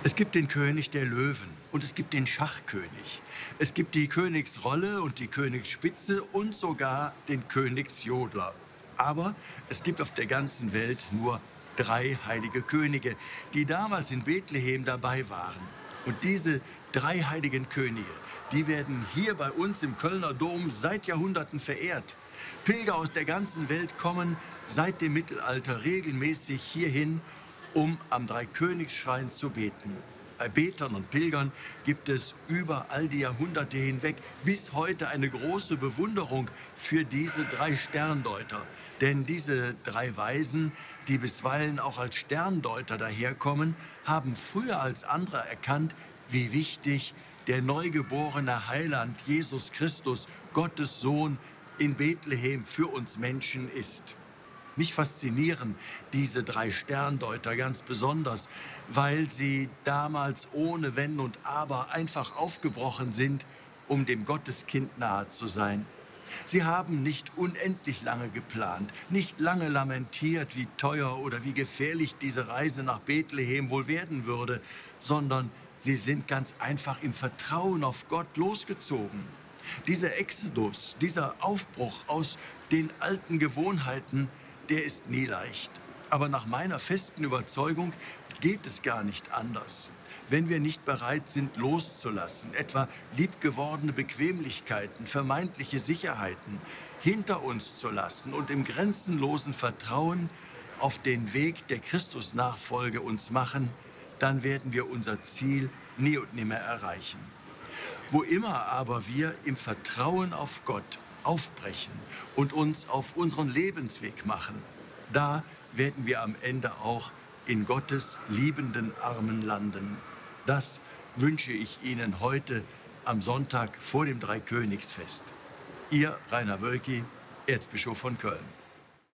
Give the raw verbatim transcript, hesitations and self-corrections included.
Es gibt den König der Löwen und es gibt den Schachkönig. Es gibt die Königsrolle und die Königsspitze und sogar den Königsjodler. Aber es gibt auf der ganzen Welt nur drei heilige Könige, die damals in Bethlehem dabei waren. Und diese drei heiligen Könige, die werden hier bei uns im Kölner Dom seit Jahrhunderten verehrt. Pilger aus der ganzen Welt kommen seit dem Mittelalter regelmäßig hierhin, um am Dreikönigsschrein zu beten. Bei Betern und Pilgern gibt es über all die Jahrhunderte hinweg bis heute eine große Bewunderung für diese drei Sterndeuter. Denn diese drei Weisen, die bisweilen auch als Sterndeuter daherkommen, haben früher als andere erkannt, wie wichtig der neugeborene Heiland Jesus Christus, Gottes Sohn, in Bethlehem für uns Menschen ist. Mich faszinieren diese drei Sterndeuter ganz besonders, weil sie damals ohne Wenn und Aber einfach aufgebrochen sind, um dem Gotteskind nahe zu sein. Sie haben nicht unendlich lange geplant, nicht lange lamentiert, wie teuer oder wie gefährlich diese Reise nach Bethlehem wohl werden würde, sondern sie sind ganz einfach im Vertrauen auf Gott losgezogen. Dieser Exodus, dieser Aufbruch aus den alten Gewohnheiten, der ist nie leicht. Aber nach meiner festen Überzeugung geht es gar nicht anders. Wenn wir nicht bereit sind, loszulassen, etwa liebgewordene Bequemlichkeiten, vermeintliche Sicherheiten hinter uns zu lassen und im grenzenlosen Vertrauen auf den Weg der Christusnachfolge uns machen, dann werden wir unser Ziel nie und nimmer erreichen. Wo immer aber wir im Vertrauen auf Gott aufbrechen und uns auf unseren Lebensweg machen, da werden wir am Ende auch in Gottes liebenden Armen landen. Das wünsche ich Ihnen heute am Sonntag vor dem Dreikönigsfest. Ihr Rainer Wölki, Erzbischof von Köln.